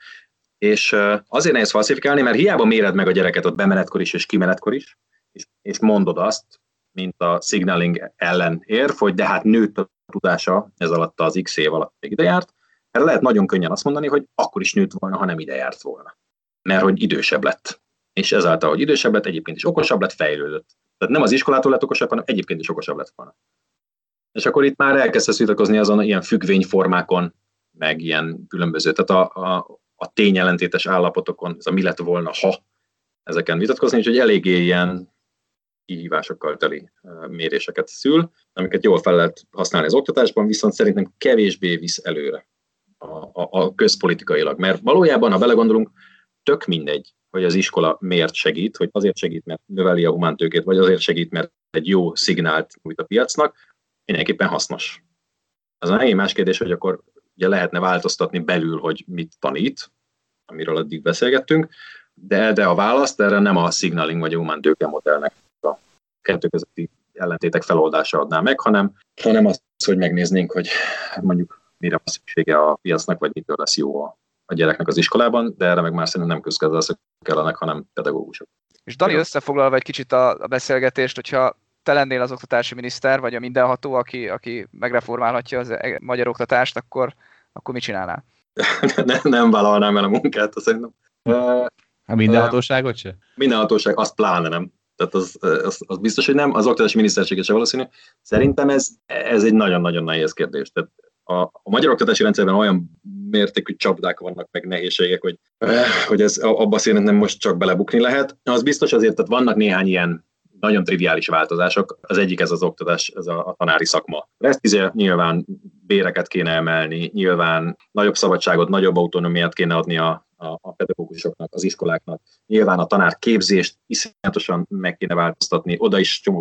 És uh, azért nehéz falsifikálni, mert hiába méred meg a gyereket ott bemenetkor is és kimenetkor is, és, és mondod azt, mint a signaling ellen érv, hogy de hát nőtt a tudása ez alatt az X év alatt még ide járt, erre lehet nagyon könnyen azt mondani, hogy akkor is nőtt volna, ha nem ide járt volna. Mert hogy idősebb lett. És ezáltal, hogy idősebb lett, egyébként is okosabb lett, fejlődött. Tehát nem az iskolától lett okosabb, hanem egyébként is okosabb lett volna. És akkor itt már elkezdesz vitatkozni azon ilyen függvényformákon, meg ilyen különböző, tehát a, a, a tényellentétes állapotokon, ez a mi lett volna, ha ezeken vitatkozni, úgyhogy eléggé ilyen kihívásokkal teli méréseket szül, amiket jól fel lehet használni az oktatásban, viszont szerintem kevésbé visz előre a, a, a közpolitikailag. Mert valójában, ha belegondolunk, tök mindegy, hogy az iskola miért segít, hogy azért segít, mert növeli a humántőkét, vagy azért segít, mert egy jó szignált nyújt a piacnak, mindenképpen hasznos. Az egy más kérdés, hogy akkor ugye lehetne változtatni belül, hogy mit tanít, amiről addig beszélgettünk, de, de a választ erre nem a signaling vagy a humántőke modellnek a kettő közötti ellentétek feloldása adná meg, hanem, hanem az, hogy megnéznénk, hogy mondjuk mire van szüksége a piacnak, vagy mitől lesz jó a, a gyereknek az iskolában, de erre meg már szerintem nem közgazdászok kellenek, hanem pedagógusok. És Dani, összefoglalva egy kicsit a, a beszélgetést, hogyha te lennél az oktatási miniszter, vagy a mindenható, aki, aki megreformálhatja az magyar oktatást, akkor, akkor mit csinálnál? nem, nem vállalnám el a munkát, szerintem. A mindenhatóságot se? Mindenhatóság, azt pláne nem. Tehát az, az, az biztos, hogy nem, az oktatási minisztersége se valószínű. Szerintem ez, ez egy nagyon-nagyon nehéz kérdés. Tehát a, a magyar oktatási rendszerben olyan mértékű csapdák vannak, meg nehézségek, hogy, hogy ez abba szerintem most csak belebukni lehet. Az biztos azért, tehát vannak néhány ilyen nagyon triviális változások. Az egyik ez az oktatás, ez a, a tanári szakma. Ezt izé, nyilván béreket kéne emelni, nyilván nagyobb szabadságot, nagyobb autonómiát kéne adni a, a, a pedagógusoknak, az iskoláknak. Nyilván a tanárképzést iszonyatosan meg kéne változtatni, oda is csomó pénzt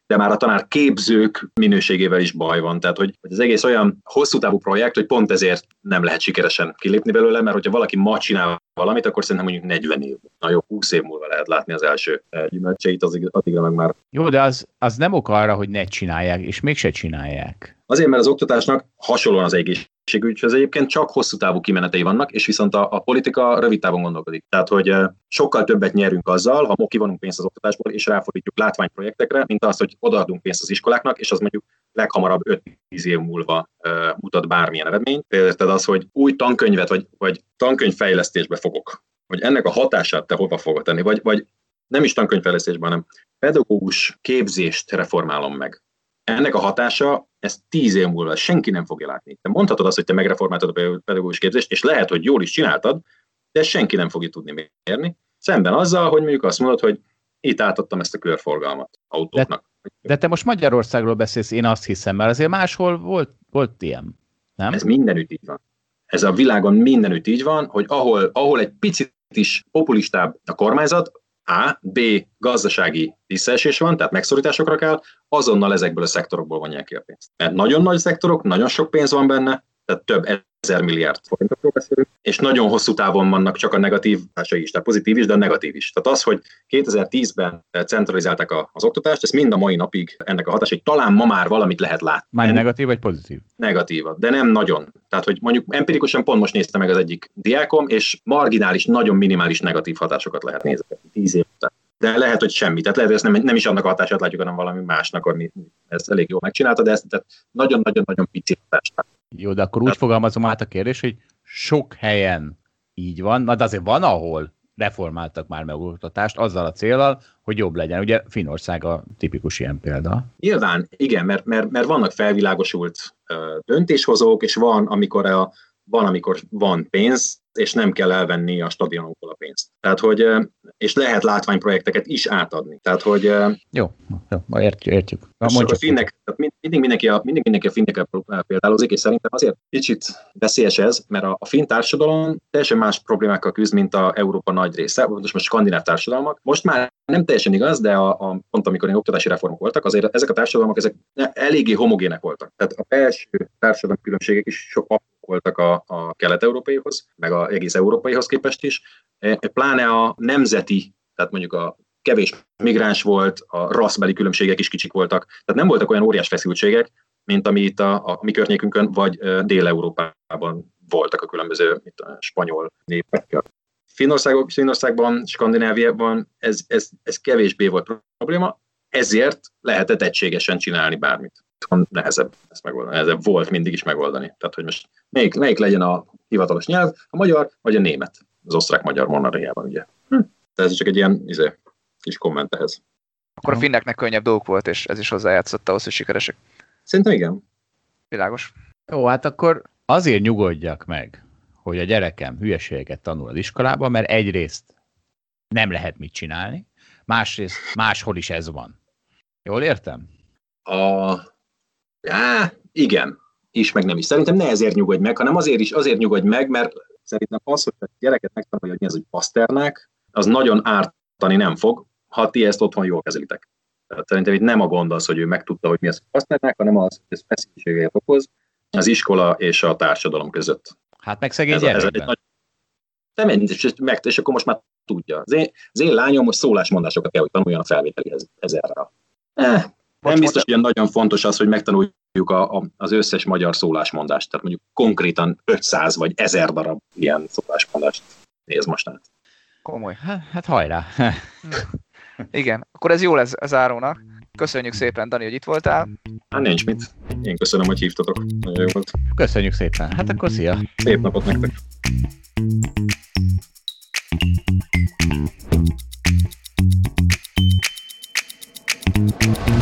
de már a tanár képzők minőségével is baj van. Tehát, hogy az egész olyan hosszú távú projekt, hogy pont ezért nem lehet sikeresen kilépni belőle, mert hogyha valaki ma csinál valamit, akkor szerintem mondjuk negyven év. Na jó, húsz év múlva lehet látni az első gyümölcseit, addigra meg már. Jó, de az, az nem ok arra, hogy ne csinálják, és mégse csinálják. Azért, mert az oktatásnak hasonlóan az egészségügyhöz egyébként csak hosszú távú kimenetei vannak, és viszont a, a politika rövid távon gondolkodik. Tehát, hogy sokkal többet nyerünk azzal, ha kivonunk pénzt az oktatásból, és ráfordítjuk látványprojektekre, mint az, hogy odaadunk pénzt az iskoláknak, és az mondjuk leghamarabb öt-tíz év múlva uh, mutat bármilyen eredményt. Például az, hogy új tankönyvet, vagy, vagy tankönyvfejlesztésbe fogok, hogy ennek a hatását te hova fogod tenni, vagy, vagy nem is tankönyvfejlesztésben, hanem pedagógus képzést reformálom meg. Ennek a hatása, ez tíz év múlva senki nem fogja látni. Te mondhatod azt, hogy te megreformáltad a pedagógus képzést, és lehet, hogy jól is csináltad, de senki nem fogja tudni mérni. Szemben azzal, hogy mondjuk azt mondod, hogy itt átadtam ezt a körforgalmat autóknak. De, de te most Magyarországról beszélsz, én azt hiszem, mert azért máshol volt, volt ilyen, nem? Ez mindenütt így van. Ez a világon mindenütt így van, hogy ahol, ahol egy picit is populistább a kormányzat, A, B, gazdasági visszaesés van, tehát megszorításokra kell, azonnal ezekből a szektorokból vonják ki a pénzt. Mert nagyon nagy szektorok, nagyon sok pénz van benne, tehát több ezer milliárd forintokról beszélünk, és nagyon hosszú távon vannak csak a negatív hatásai is, tehát pozitív is, de a negatív is. Tehát az, hogy kétezer-tízben centralizálták a, az oktatást, ez mind a mai napig ennek a hatásai, talán ma már valamit lehet látni. Már negatív vagy pozitív? Negatívat, de nem nagyon. Tehát, hogy mondjuk empirikusan pont most nézte meg az egyik diákom, és marginális, nagyon minimális negatív hatásokat lehet nézni tíz év után. De lehet, hogy semmi. Tehát lehet, hogy ezt nem, nem is annak a hatását látjuk, hanem valami másnak, ami ezt elég jól megcsinálta, de ezt nagyon-nagyon-nagyon pici hatást. Jó, de akkor úgy fogalmazom át a kérdés, hogy sok helyen így van, na de azért van, ahol reformáltak már meg oktatást azzal a céllal, hogy jobb legyen. Ugye Finnország a tipikus ilyen példa. Nyilván, igen, mert, mert, mert vannak felvilágosult uh, döntéshozók, és van, amikor a van, amikor van pénz, és nem kell elvenni a stadionokból a pénzt. Tehát, hogy, és lehet látványprojekteket is átadni. Tehát, hogy... Jó, jó értjük. értjük. A finnek, tehát mindig mindenki a, mindig mindenki a finnekkel példálozik, és szerintem azért kicsit veszélyes ez, mert a, a finn társadalom teljesen más problémákkal küzd, mint a Európa nagy része, most most skandináv társadalmak. Most már nem teljesen igaz, de a, a, pont amikor ilyen oktatási reformok voltak, azért ezek a társadalmak ezek eléggé homogének voltak. Tehát a belső társadalmi különbségek is sok voltak a, a kelet-európaihoz, meg az egész európaihoz képest is. Pláne a nemzeti, tehát mondjuk a kevés migráns volt, a rasszbeli különbségek is kicsik voltak. Tehát nem voltak olyan óriás feszültségek, mint ami itt a, a mi környékünkön, vagy Dél-Európában voltak a különböző itt a spanyol népekkel. Finnországban, Finnországban, Skandináviában ez, ez, ez kevésbé volt probléma, ezért lehetett egységesen csinálni bármit. Nehezebb ezt megoldani, nehezebb volt mindig is megoldani. Tehát, hogy most melyik, melyik legyen a hivatalos nyelv, a magyar vagy a német, az osztrák-magyar monarchiában, ugye. Hm. De ez csak egy ilyen izé, kis komment ehhez. Akkor a finneknek könnyebb dolguk volt, és ez is hozzájátszott ahhoz, hogy sikeresek. Szerintem igen. Világos. Jó, hát akkor azért nyugodjak meg, hogy a gyerekem hülyeségeket tanul az iskolában, mert egyrészt nem lehet mit csinálni, másrészt máshol is ez van. Jól értem? A... Já, igen, is, meg nem is. Szerintem ne ezért nyugodj meg, hanem azért is azért nyugodj meg, mert szerintem az, hogy a gyereket megtanulja, hogy mi az, hogy Pasternák, az nagyon ártani nem fog, ha ti ezt otthon jól kezelitek. Tehát szerintem itt nem a gond az, hogy ő megtudta, hogy mi az, hogy Pasternák, hanem az, hogy ez feszültséget okoz az iskola és a társadalom között. Hát meg szegény gyerekben. Nagy... Nem, és, meg, és akkor most már tudja. Az én, az én lányom most szólásmondásokat kell, hogy tanuljon a felvételihez ezerre. Eh, nem biztos, hogy nagyon fontos az, hogy megtanuljuk a, a, az összes magyar szólásmondást. Tehát mondjuk konkrétan ötszáz vagy ezer darab ilyen szólásmondást néz most át. Komoly. Hát hajrá. Igen, akkor ez jó lesz az árónak. Köszönjük szépen, Dani, hogy itt voltál. Hát nincs mit. Én köszönöm, hogy hívtatok. Nagyon jó volt. Köszönjük szépen. Hát akkor szia. Szép napot nektek. Thank you.